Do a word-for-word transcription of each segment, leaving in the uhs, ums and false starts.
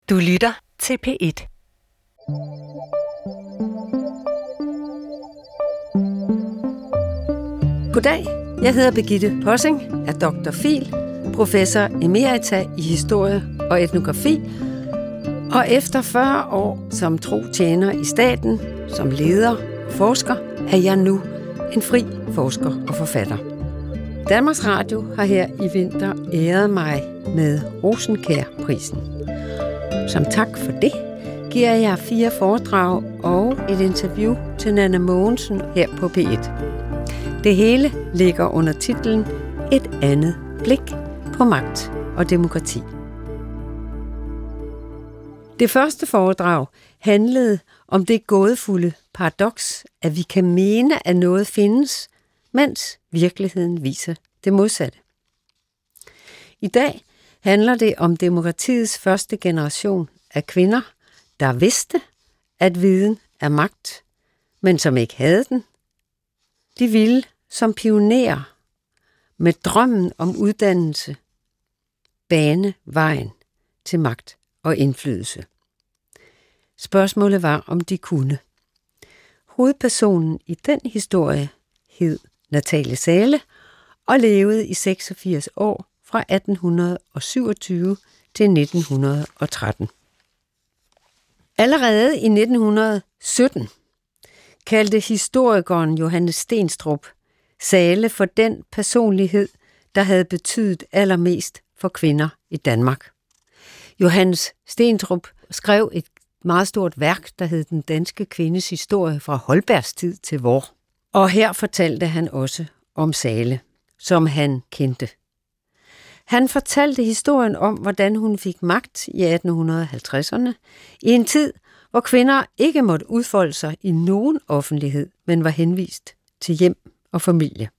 Du lytter til P et. Goddag, jeg hedder Birgitte Possing, er doktor Phil, professor emerita i historie og etnografi, og efter fyrre år som tro tjener i staten, som leder og forsker, er jeg nu en fri forsker og forfatter. Danmarks Radio har her i vinter æret mig med Rosenkjærprisen. Som tak for det giver jeg fire foredrag og et interview til Nanna Mogensen her på P et. Det hele ligger under titlen Et andet blik på magt og demokrati. Det første foredrag handlede om det gådefulde paradoks, at vi kan mene, at noget findes, mens virkeligheden viser det modsatte. I dag handler det om demokratiets første generation af kvinder, der vidste, at viden er magt, men som ikke havde den. De ville som pionerer med drømmen om uddannelse bane vejen til magt og indflydelse. Spørgsmålet var, om de kunne. Hovedpersonen i den historie hed Nathalie Zahle og levede i seksogfirs år fra atten syvogtyve til nitten tretten. Allerede i nitten sytten kaldte historikeren Johannes Steenstrup Zahle for den personlighed, der havde betydet allermest for kvinder i Danmark. Johannes Steenstrup skrev et meget stort værk, der hed Den danske kvindes historie fra Holbergs tid til vor. Og her fortalte han også om Zahle, som han kendte. Han fortalte historien om, hvordan hun fik magt i atten halvtredserne, i en tid, hvor kvinder ikke måtte udfolde sig i nogen offentlighed, men var henvist til hjem og familie.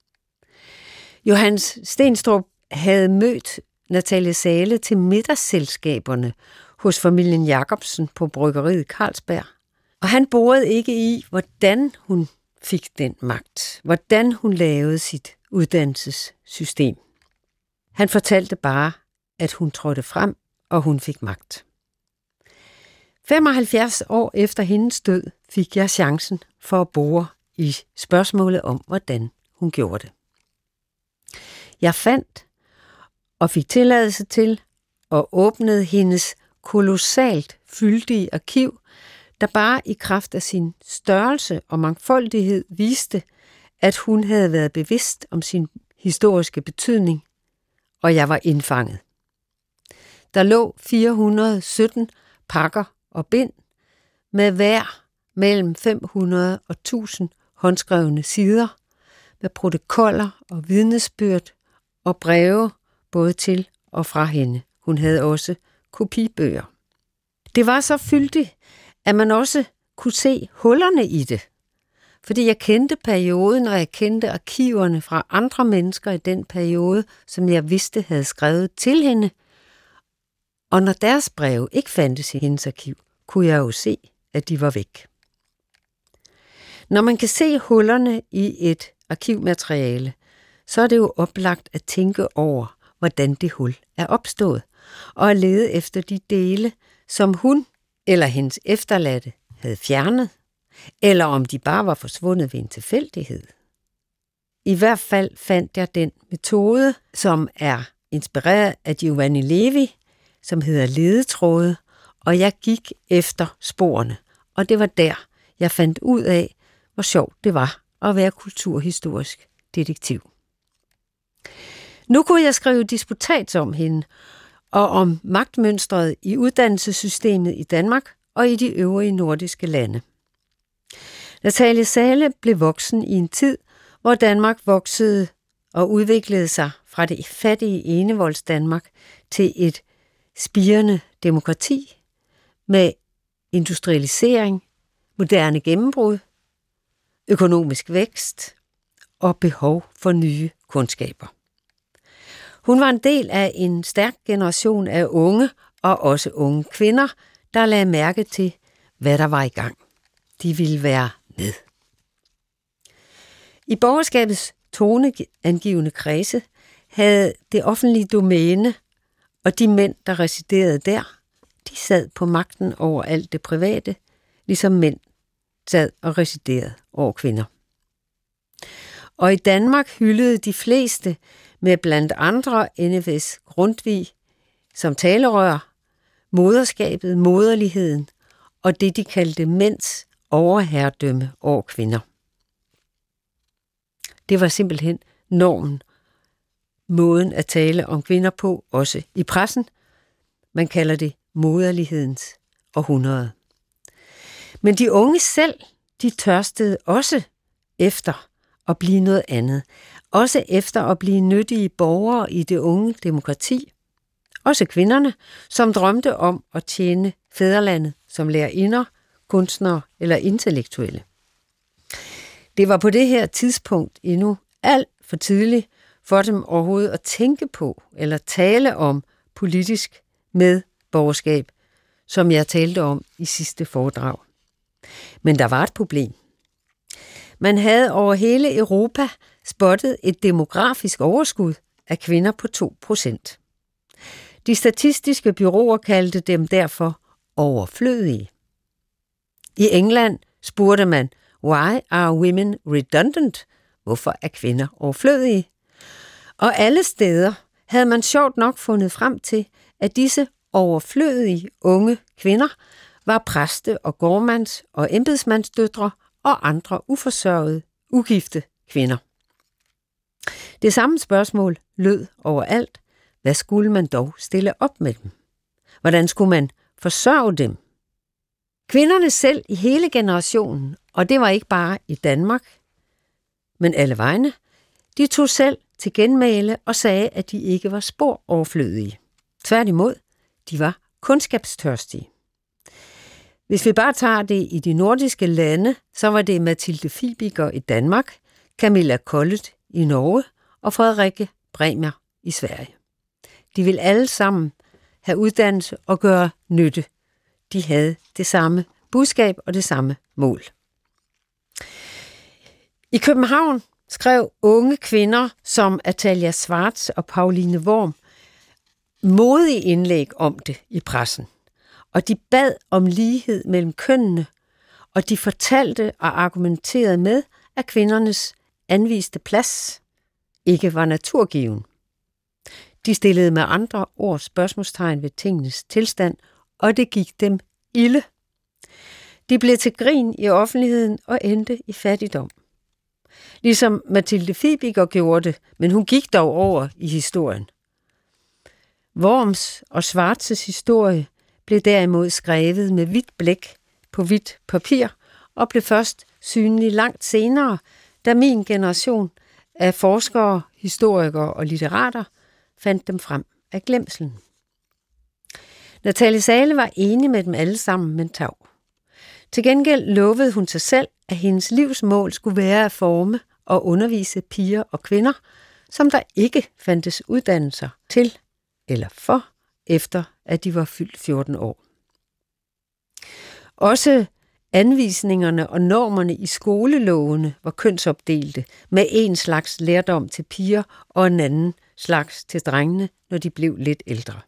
Johannes Steenstrup havde mødt Nathalie Zahle til middagsselskaberne hos familien Jacobsen på bryggeriet Carlsberg, og han borede ikke i, hvordan hun fik den magt, hvordan hun lavede sit uddannelsessystem. Han fortalte bare, at hun trådte frem, og hun fik magt. femoghalvfjerds år efter hendes død fik jeg chancen for at bore i spørgsmålet om, hvordan hun gjorde det. Jeg fandt og fik tilladelse til og åbnede hendes kolossalt fyldige arkiv, der bare i kraft af sin størrelse og mangfoldighed viste, at hun havde været bevidst om sin historiske betydning, og jeg var indfanget. Der lå fire hundrede og sytten pakker og bind med hver mellem fem hundrede og tusind håndskrevne sider med protokoller og vidnesbyrd og breve både til og fra hende. Hun havde også kopibøger. Det var så fyldigt, at man også kunne se hullerne i det. Fordi jeg kendte perioden, og jeg kendte arkiverne fra andre mennesker i den periode, som jeg vidste havde skrevet til hende. Og når deres breve ikke fandtes i hendes arkiv, kunne jeg jo se, at de var væk. Når man kan se hullerne i et arkivmateriale, så er det jo oplagt at tænke over, hvordan det hul er opstået, og at lede efter de dele, som hun eller hendes efterladte havde fjernet, eller om de bare var forsvundet ved en tilfældighed. I hvert fald fandt jeg den metode, som er inspireret af Giovanni Levi, som hedder ledetråde, og jeg gik efter sporene, og det var der, jeg fandt ud af, hvor sjovt det var at være kulturhistorisk detektiv. Nu kunne jeg skrive disputats om hende, og om magtmønstret i uddannelsessystemet i Danmark og i de øvrige nordiske lande. Nathalie Zahle blev voksen i en tid, hvor Danmark voksede og udviklede sig fra det fattige enevolds Danmark til et spirende demokrati med industrialisering, moderne gennembrud, økonomisk vækst og behov for nye kundskaber. Hun var en del af en stærk generation af unge og også unge kvinder, der lagde mærke til, hvad der var i gang. De ville være med. I borgerskabets toneangivende kredse havde det offentlige domæne og de mænd, der residerede der, de sad på magten over alt det private, ligesom mænd sad og residerede over kvinder. Og i Danmark hyldede de fleste med blandt andre N F S Grundtvig som talerør, moderskabet, moderligheden og det, de kaldte mænds overherredømme over kvinder. Det var simpelthen normen, måden at tale om kvinder på, også i pressen. Man kalder det moderlighedens århundrede. Men de unge selv, de tørstede også efter at blive noget andet. Også efter at blive nyttige borgere i det unge demokrati. Også kvinderne, som drømte om at tjene fædrelandet som lærerinder, kunstnere eller intellektuelle. Det var på det her tidspunkt endnu alt for tidligt for dem overhovedet at tænke på eller tale om politisk medborgerskab, som jeg talte om i sidste foredrag. Men der var et problem. Man havde over hele Europa spottet et demografisk overskud af kvinder på to procent. De statistiske bureauer kaldte dem derfor overflødige. I England spurgte man, why are women redundant? Hvorfor er kvinder overflødige? Og alle steder havde man sjovt nok fundet frem til, at disse overflødige unge kvinder var præste- og gårdmands- og embedsmandsdøtre og andre uforsørgede, ugifte kvinder. Det samme spørgsmål lød overalt. Hvad skulle man dog stille op med dem? Hvordan skulle man forsørge dem? Kvinderne selv i hele generationen, og det var ikke bare i Danmark, men alle vegne, de tog selv til genmæle og sagde, at de ikke var spor overflødige. Tværtimod, de var kundskabstørstige. Hvis vi bare tager det i de nordiske lande, så var det Mathilde Fibiger i Danmark, Camilla Collett i Norge og Frederikke Bremer i Sverige. De ville alle sammen have uddannelse og gøre nytte. De havde det samme budskab og det samme mål. I København skrev unge kvinder som Atalia Schwartz og Pauline Worm modige indlæg om det i pressen. Og de bad om lighed mellem kønnene, og de fortalte og argumenterede med, at kvindernes anviste plads ikke var naturgiven. De stillede med andre ord spørgsmålstegn ved tingenes tilstand, og det gik dem ilde. De blev til grin i offentligheden og endte i fattigdom. Ligesom Mathilde Fibiger gjorde det, men hun gik dog over i historien. Worms og Schwartzes historie blev derimod skrevet med hvidt blæk på hvidt papir og blev først synlig langt senere, da min generation af forskere, historikere og litterater fandt dem frem af glemslen. Natalie Zahle var enig med dem alle sammen, men tav. Til gengæld lovede hun sig selv, at hendes livsmål skulle være at forme og undervise piger og kvinder, som der ikke fandtes uddannelser til eller for, efter at de var fyldt fjorten år. Også anvisningerne og normerne i skolelovene var kønsopdelte, med en slags lærdom til piger og en anden slags til drengene, når de blev lidt ældre.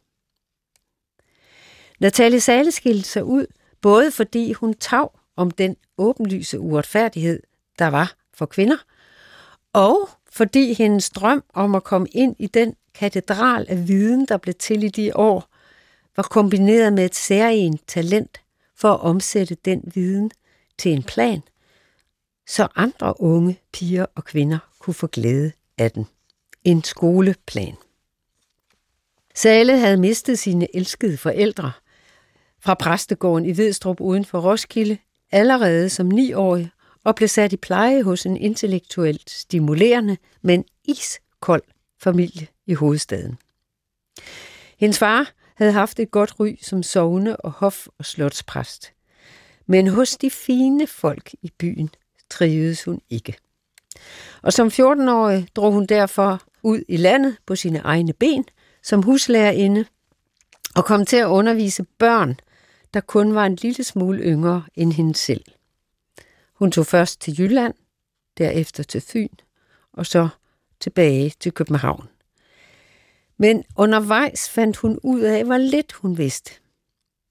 Natalie Zahle skilte sig ud, både fordi hun tav om den åbenlyse uretfærdighed, der var for kvinder, og fordi hendes drøm om at komme ind i den katedral af viden, der blev til i de år, var kombineret med et særligt talent for at omsætte den viden til en plan, så andre unge piger og kvinder kunne få glæde af den. En skoleplan. Zahle havde mistet sine elskede forældre fra præstegården i Vedstrup uden for Roskilde allerede som niårig og blev sat i pleje hos en intellektuelt stimulerende, men iskold familie i hovedstaden. Hendes far havde haft et godt ry som sogne- og hof- og slotspræst, men hos de fine folk i byen trivedes hun ikke. Og som fjorten-årig drog hun derfor ud i landet på sine egne ben som huslærerinde og kom til at undervise børn, der kun var en lille smule yngre end hende selv. Hun tog først til Jylland, derefter til Fyn og så tilbage til København. Men undervejs fandt hun ud af, hvor lidt hun vidste.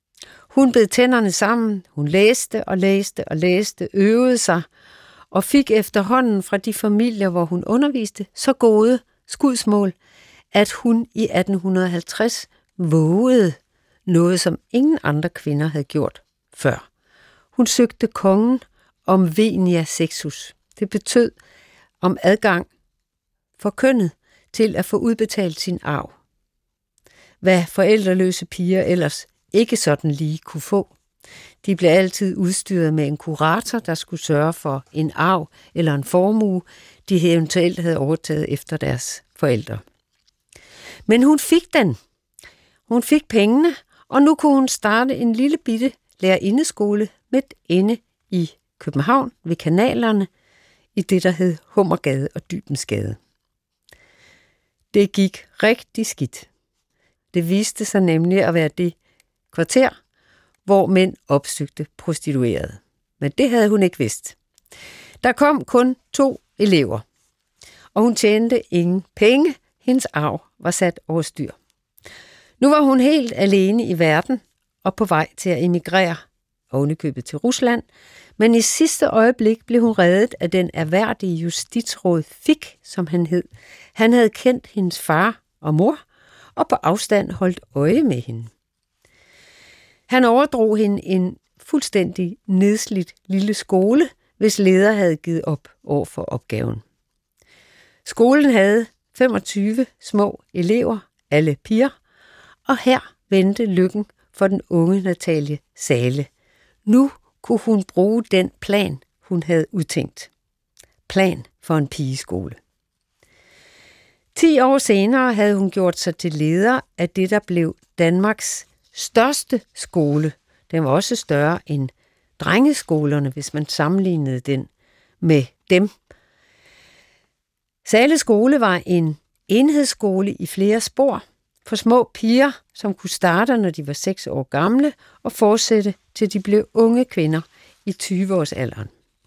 Hun bed tænderne sammen, hun læste og læste og læste, øvede sig, og fik efterhånden fra de familier, hvor hun underviste, så gode skudsmål, at hun i atten halvtreds vågede noget, som ingen andre kvinder havde gjort før. Hun søgte kongen om venia sexus. Det betød om adgang for kønnet til at få udbetalt sin arv. Hvad forældreløse piger ellers ikke sådan lige kunne få. De blev altid udstyret med en kurator, der skulle sørge for en arv eller en formue, de eventuelt havde overtaget efter deres forældre. Men hun fik den. Hun fik pengene, og nu kunne hun starte en lille bitte lærerindeskole midt inde i København ved kanalerne i det, der hed Hummergade og Dybensgade. Det gik rigtig skidt. Det viste sig nemlig at være det kvarter, hvor mænd opsøgte prostituerede. Men det havde hun ikke vidst. Der kom kun to elever, og hun tjente ingen penge. Hendes arv var sat over styr. Nu var hun helt alene i verden og på vej til at emigrere, ovenikøbet til Rusland, men i sidste øjeblik blev hun reddet af den erhverdige justitsråd Fik, som han hed. Han havde kendt hendes far og mor, og på afstand holdt øje med hende. Han overdrog hende en fuldstændig nedslidt lille skole, hvis leder havde givet op over for opgaven. Skolen havde femogtyve små elever, alle piger, og her vendte lykken for den unge Natalie Zahle. Nu kunne hun bruge den plan, hun havde udtænkt. Plan for en pigeskole. Ti år senere havde hun gjort sig til leder af det, der blev Danmarks største skole. Den var også større end drengeskolerne, hvis man sammenlignede den med dem. Zahle skole var en enhedsskole i flere spor for små piger, som kunne starte, når de var seks år gamle, og fortsætte til de blev unge kvinder i tyve-årsalderen.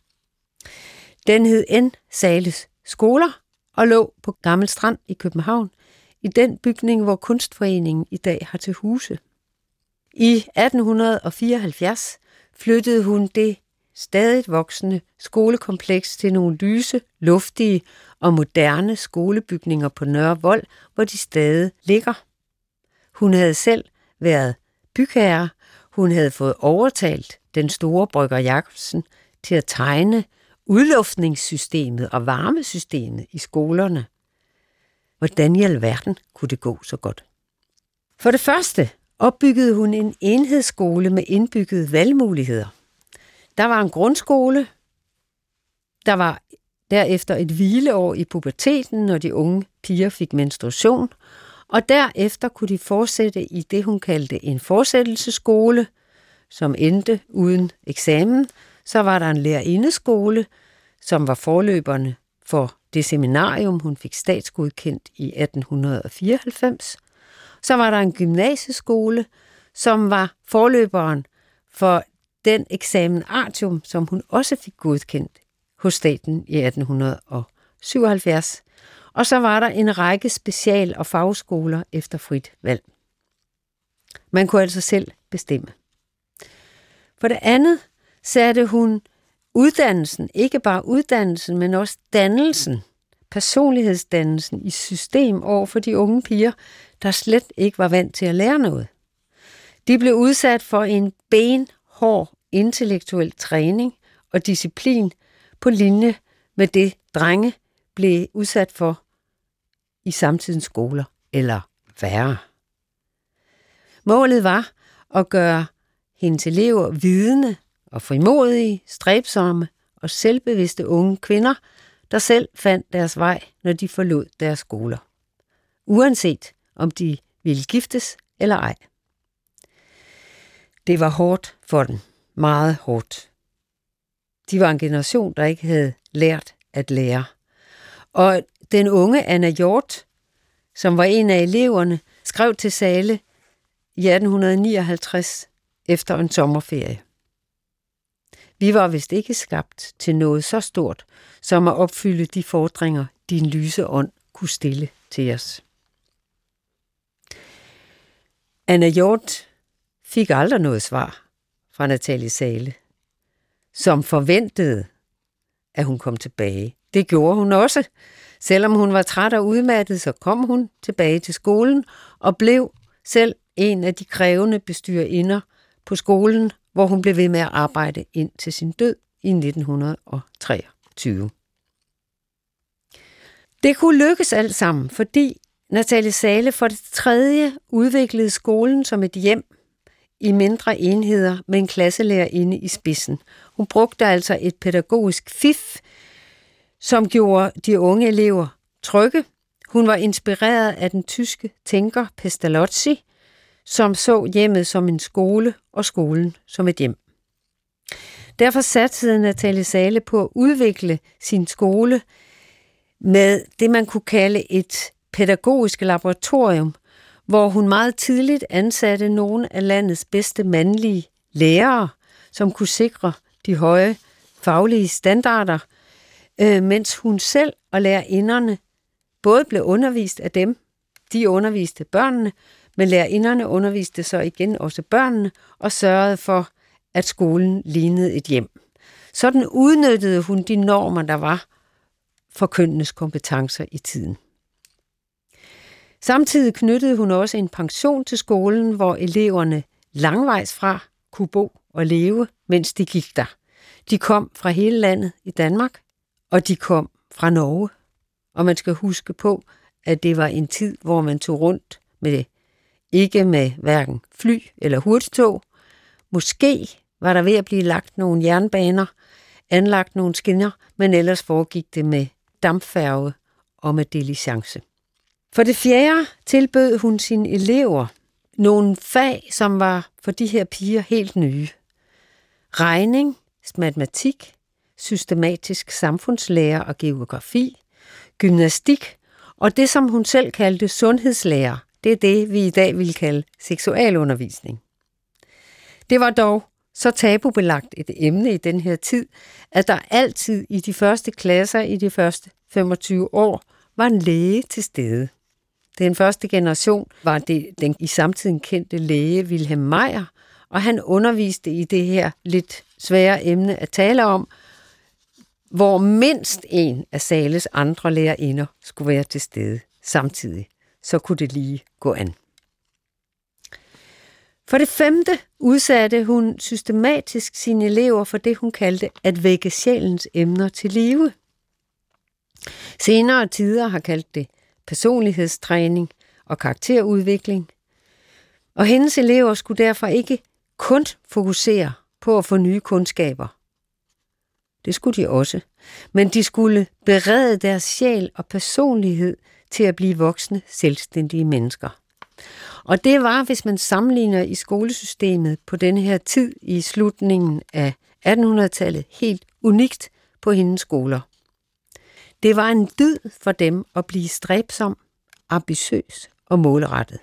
Den hed N. Zahles Skoler og lå på Gammel Strand i København, i den bygning, hvor Kunstforeningen i dag har til huse. I atten fireoghalvfjerds flyttede hun det stadig voksende skolekompleks til nogle lyse, luftige og moderne skolebygninger på Nørre Vold, hvor de stadig ligger. Hun havde selv været bygherre. Hun havde fået overtalt den store Brøgger Jacobsen til at tegne udluftningssystemet og varmesystemet i skolerne. Hvordan i alverden kunne det gå så godt? For det første opbyggede hun en enhedsskole med indbyggede valgmuligheder. Der var en grundskole, der var derefter et hvileår i puberteten, når de unge piger fik menstruation, og derefter kunne de fortsætte i det, hun kaldte en fortsættelsesskole, som endte uden eksamen. Så var der en lærerindeskole, som var forløberne for det seminarium, hun fik statsgodkendt i atten fireoghalvfems. Så var der en gymnasieskole, som var forløberen for den eksamen artium, som hun også fik godkendt hos staten i atten syvoghalvfjerds. Og så var der en række special- og fagskoler efter frit valg. Man kunne altså selv bestemme. For det andet satte hun uddannelsen, ikke bare uddannelsen, men også dannelsen, personlighedsdannelsen i system over for de unge piger, der slet ikke var vant til at lære noget. De blev udsat for en benhård intellektuel træning og disciplin på linje med det, drenge blev udsat for i samtidens skoler, eller værre. Målet var at gøre hendes elever vidende og frimodige, stræbsomme og selvbevidste unge kvinder, der selv fandt deres vej, når de forlod deres skoler. Uanset om de ville giftes eller ej. Det var hårdt for dem. Meget hårdt. De var en generation, der ikke havde lært at lære. Og den unge Anna Hjort, som var en af eleverne, skrev til Zahle i atten nioghalvtreds efter en sommerferie. Vi var vist ikke skabt til noget så stort, som at opfylde de fordringer, din lyse ånd kunne stille til os. Anna Hjort fik aldrig noget svar fra Nathalie Zahle, som forventede, at hun kom tilbage. Det gjorde hun også. Selvom hun var træt og udmattet, så kom hun tilbage til skolen og blev selv en af de krævende bestyrerinder på skolen, hvor hun blev ved med at arbejde ind til sin død i nitten treogtyve. Det kunne lykkes alt sammen, fordi Nathalie Zahle for det tredje udviklede skolen som et hjem i mindre enheder med en klasselærerinde i spidsen. Hun brugte altså et pædagogisk fif, som gjorde de unge elever trygge. Hun var inspireret af den tyske tænker Pestalozzi, som så hjemmet som en skole og skolen som et hjem. Derfor satsede Nathalie Zahle på at udvikle sin skole med det, man kunne kalde et pædagogisk laboratorium, hvor hun meget tidligt ansatte nogle af landets bedste mandlige lærere, som kunne sikre de høje faglige standarder, øh, mens hun selv og lærerinderne både blev undervist af dem, de underviste børnene, men lærerinderne underviste så igen også børnene og sørgede for, at skolen lignede et hjem. Sådan udnyttede hun de normer, der var for kønnenes kompetencer i tiden. Samtidig knyttede hun også en pension til skolen, hvor eleverne langvejs fra kunne bo og leve, mens de gik der. De kom fra hele landet i Danmark, og de kom fra Norge. Og man skal huske på, at det var en tid, hvor man tog rundt med ikke med hverken fly eller hurtigtog. Måske var der ved at blive lagt nogle jernbaner, anlagt nogle skinner, men ellers foregik det med dampfærge og med diligence. For det fjerde tilbød hun sine elever nogle fag, som var for de her piger helt nye. Regning, matematik, systematisk samfundslære og geografi, gymnastik og det, som hun selv kaldte sundhedslære. Det er det, vi i dag vil kalde seksualundervisning. Det var dog så tabubelagt et emne i den her tid, at der altid i de første klasser i de første femogtyve år var en læge til stede. Den første generation var det den i samtiden kendte læge Wilhelm Meyer, og han underviste i det her lidt svære emne at tale om, hvor mindst en af Zahles andre lærerinder skulle være til stede samtidig. Så kunne det lige gå an. For det femte udsatte hun systematisk sine elever for det, hun kaldte at vække sjælens emner til live. Senere tider har kaldt det personlighedstræning og karakterudvikling. Og hendes elever skulle derfor ikke kun fokusere på at få nye kundskaber. Det skulle de også. Men de skulle berede deres sjæl og personlighed til at blive voksne, selvstændige mennesker. Og det var, hvis man sammenligner i skolesystemet på denne her tid i slutningen af attenhundredetallet, helt unikt på hendes skoler. Det var en dyd for dem at blive stræbsom, ambitiøs og målrettet.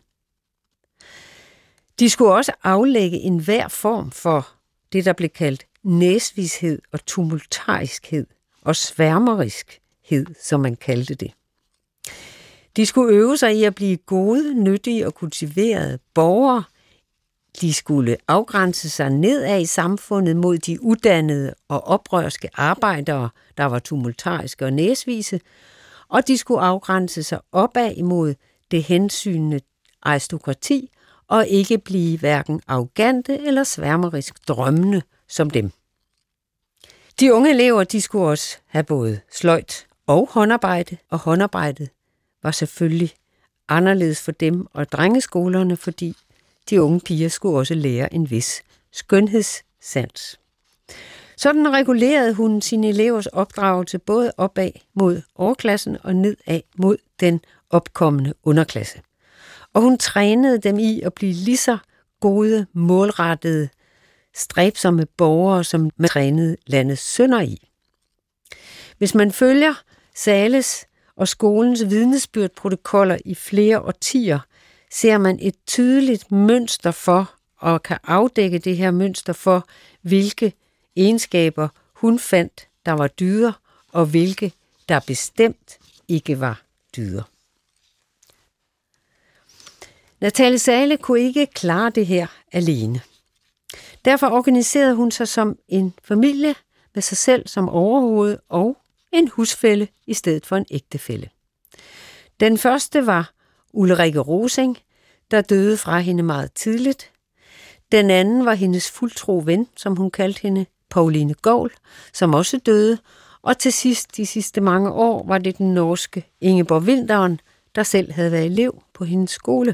De skulle også aflægge enhver form for det, der blev kaldt næsvished og tumultariskhed og sværmeriskhed, som man kaldte det. De skulle øve sig i at blive gode, nyttige og kultiverede borgere. De skulle afgrænse sig nedad i samfundet mod de uddannede og oprørske arbejdere, der var tumultariske og næsvise, og de skulle afgrænse sig opad imod det hensynende aristokrati og ikke blive hverken arrogante eller sværmerisk drømmende som dem. De unge elever, de skulle også have både sløjt og håndarbejde, og håndarbejdet var selvfølgelig anderledes for dem og drengeskolerne, fordi de unge piger skulle også lære en vis skønhedssans. Sådan regulerede hun sine elevers opdragelse både opad mod overklassen og nedad mod den opkommende underklasse. Og hun trænede dem i at blive lige så gode, målrettede, stræbsomme borgere, som man trænede landets sønner i. Hvis man følger Zahles og skolens vidnesbyrdprotokoller i flere årtier, ser man et tydeligt mønster for, og kan afdække det her mønster for, hvilke egenskaber hun fandt, der var dyder, og hvilke, der bestemt ikke var dyder. Natalie Zahle kunne ikke klare det her alene. Derfor organiserede hun sig som en familie med sig selv som overhoved og en husfælle i stedet for en ægtefælle. Den første var Ulrike Rosing, der døde fra hende meget tidligt. Den anden var hendes fuldtro ven, som hun kaldte hende, Pauline Gaul, som også døde. Og til sidst, de sidste mange år, var det den norske Ingeborg Winteren, der selv havde været elev på hendes skole.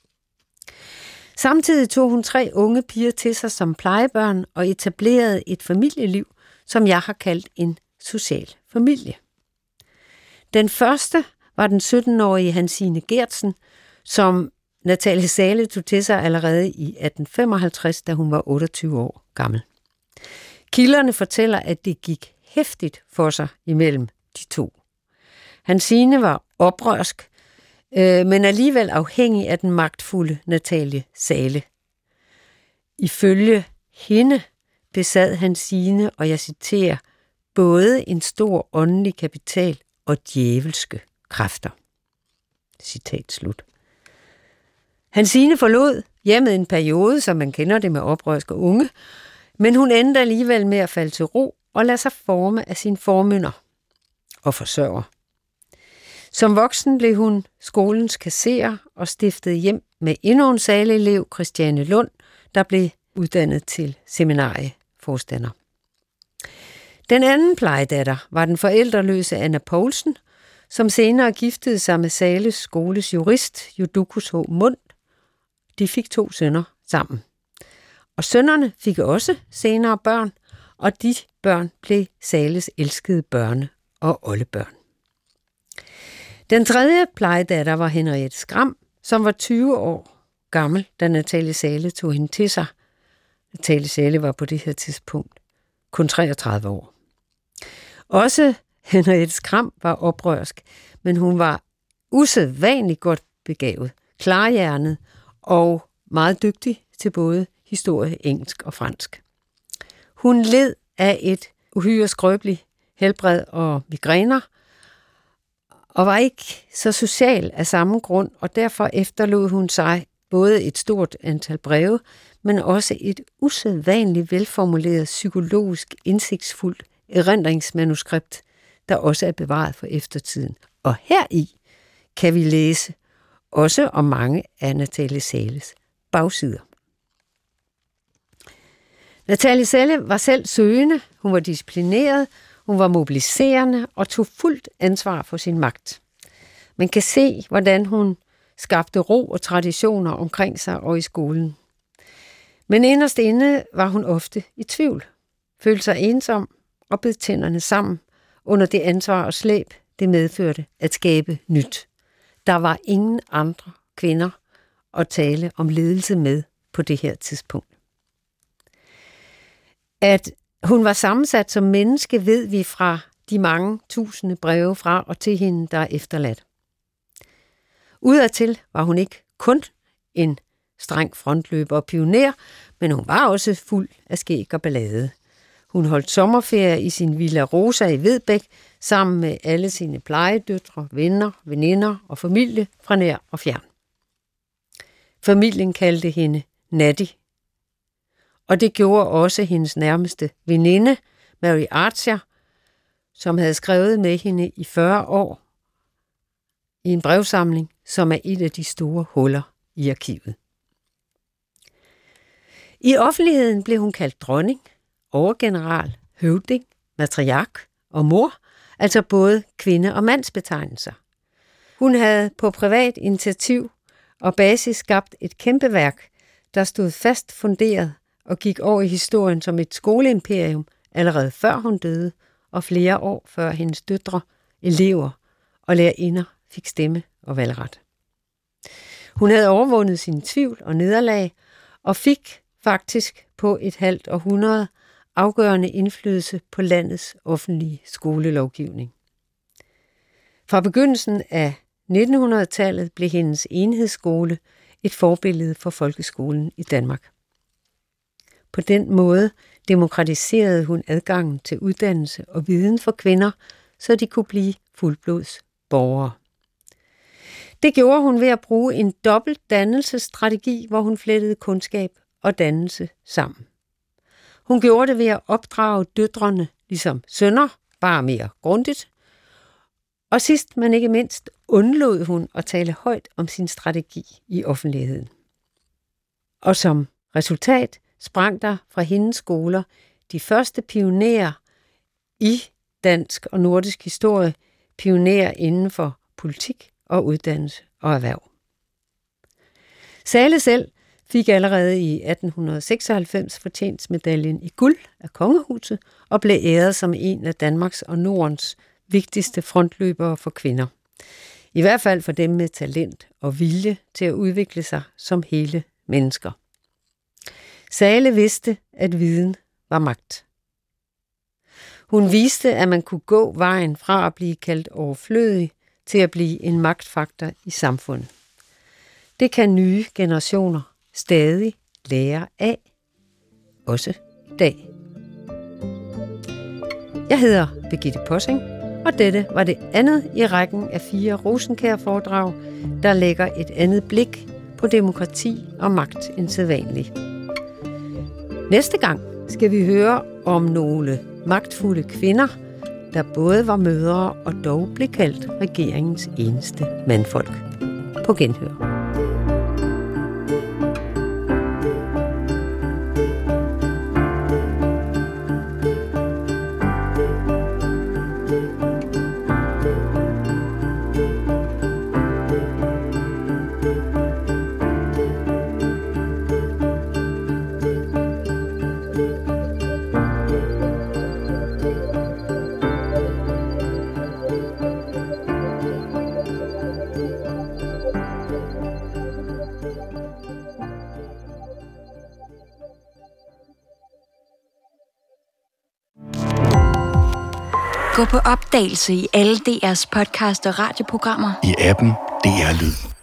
Samtidig tog hun tre unge piger til sig som plejebørn og etablerede et familieliv, som jeg har kaldt en social familie. Den første var den sytten-årige Hansine Geertsen, som Natalie Zahle tog til sig allerede i atten femoghalvtreds, da hun var otteogtyve år gammel. Kilderne fortæller, at det gik heftigt for sig imellem de to. Hansine var oprørsk, øh, men alligevel afhængig af den magtfulde Natalie Zahle. Ifølge hende besad Hansine, og jeg citerer, både en stor åndelig kapital og djævelske kræfter. Citat slut. Hansine forlod hjemmet en periode, som man kender det med oprørske unge, men hun endte alligevel med at falde til ro og lade sig forme af sin formynder og forsørger. Som voksen blev hun skolens kasserer og stiftede hjem med endnu en Zahle-elev, Christiane Lund, der blev uddannet til seminarieforstander. Den anden plejedatter var den forældreløse Anna Poulsen, som senere giftede sig med Zahles skoles jurist, Judukus H. Mundt. De fik to sønner sammen. Og sønnerne fik også senere børn, og de børn blev Zahles elskede børne- og oldebørn. Den tredje plejedatter var Henriette Skram, som var tyve år gammel, da Natalie Zahle tog hende til sig. Natalie Zahle var på det her tidspunkt kun treogtredive år. Også Henriette Skram var oprørsk, men hun var usædvanligt godt begavet, klarhjernet og meget dygtig til både historie, engelsk og fransk. Hun led af et uhyre skrøbeligt helbred og migræner, og var ikke så social af samme grund, og derfor efterlod hun sig både et stort antal breve, men også et usædvanligt velformuleret, psykologisk indsigtsfuldt erindringsmanuskript, der også er bevaret for eftertiden. Og heri kan vi læse også om mange af Natalie Zahles bagsider. Natalie Zahle var selv søgende, hun var disciplineret, hun var mobiliserende og tog fuldt ansvar for sin magt. Man kan se, hvordan hun skabte ro og traditioner omkring sig og i skolen. Men inderst inde var hun ofte i tvivl, følte sig ensom og bed tænderne sammen under det ansvar og slæb, det medførte at skabe nyt. Der var ingen andre kvinder at tale om ledelse med på det her tidspunkt. At hun var sammensat som menneske, ved vi fra de mange tusinde breve fra og til hende, der er efterladt. Udadtil var hun ikke kun en streng frontløber og pioner, men hun var også fuld af skæg og ballade. Hun holdt sommerferie i sin Villa Rosa i Vedbæk sammen med alle sine plejedøtre, venner, veninder og familie fra nær og fjern. Familien kaldte hende Natty, og det gjorde også hendes nærmeste veninde, Mary Archer, som havde skrevet med hende i fyrre år i en brevsamling, som er et af de store huller i arkivet. I offentligheden blev hun kaldt dronning, overgeneral, høvding, matriark og mor, altså både kvinde- og mandsbetegnelser. Hun havde på privat initiativ og basis skabt et kæmpe værk, der stod fast funderet og gik over i historien som et skoleimperium allerede før hun døde, og flere år før hendes døtre, elever og lærerinder fik stemme og valgret. Hun havde overvundet sin tvivl og nederlag, og fik faktisk på et halvt århundrede afgørende indflydelse på landets offentlige skolelovgivning. Fra begyndelsen af nittenhundredetallet blev hendes enhedsskole et forbillede for folkeskolen i Danmark. På den måde demokratiserede hun adgangen til uddannelse og viden for kvinder, så de kunne blive fuldblods borgere. Det gjorde hun ved at bruge en dobbelt dannelsesstrategi, hvor hun flettede kundskab og dannelse sammen. Hun gjorde det ved at opdrage døtrene ligesom sønner, bare mere grundigt. Og sidst, men ikke mindst, undlod hun at tale højt om sin strategi i offentligheden. Og som resultat sprang der fra hendes skoler de første pionerer i dansk og nordisk historie, pionerer inden for politik og uddannelse og erhverv. Zahle selv fik allerede i atten seksoghalvfems fortjenstmedaljen i guld af kongehuset og blev æret som en af Danmarks og Nordens vigtigste frontløbere for kvinder. I hvert fald for dem med talent og vilje til at udvikle sig som hele mennesker. Zahle vidste, at viden var magt. Hun viste, at man kunne gå vejen fra at blive kaldt overflødig til at blive en magtfaktor i samfundet. Det kan nye generationer stadig lære af, også i dag. Jeg hedder Birgitte Possing, og dette var det andet i rækken af fire Rosenkjær-foredrag, der lægger et andet blik på demokrati og magt end sædvanligt. Næste gang skal vi høre om nogle magtfulde kvinder, der både var mødre og dog blev kaldt regeringens eneste mandfolk. På genhør. Gå på opdagelse i alle D R's podcast og radioprogrammer. I appen D R Lyd.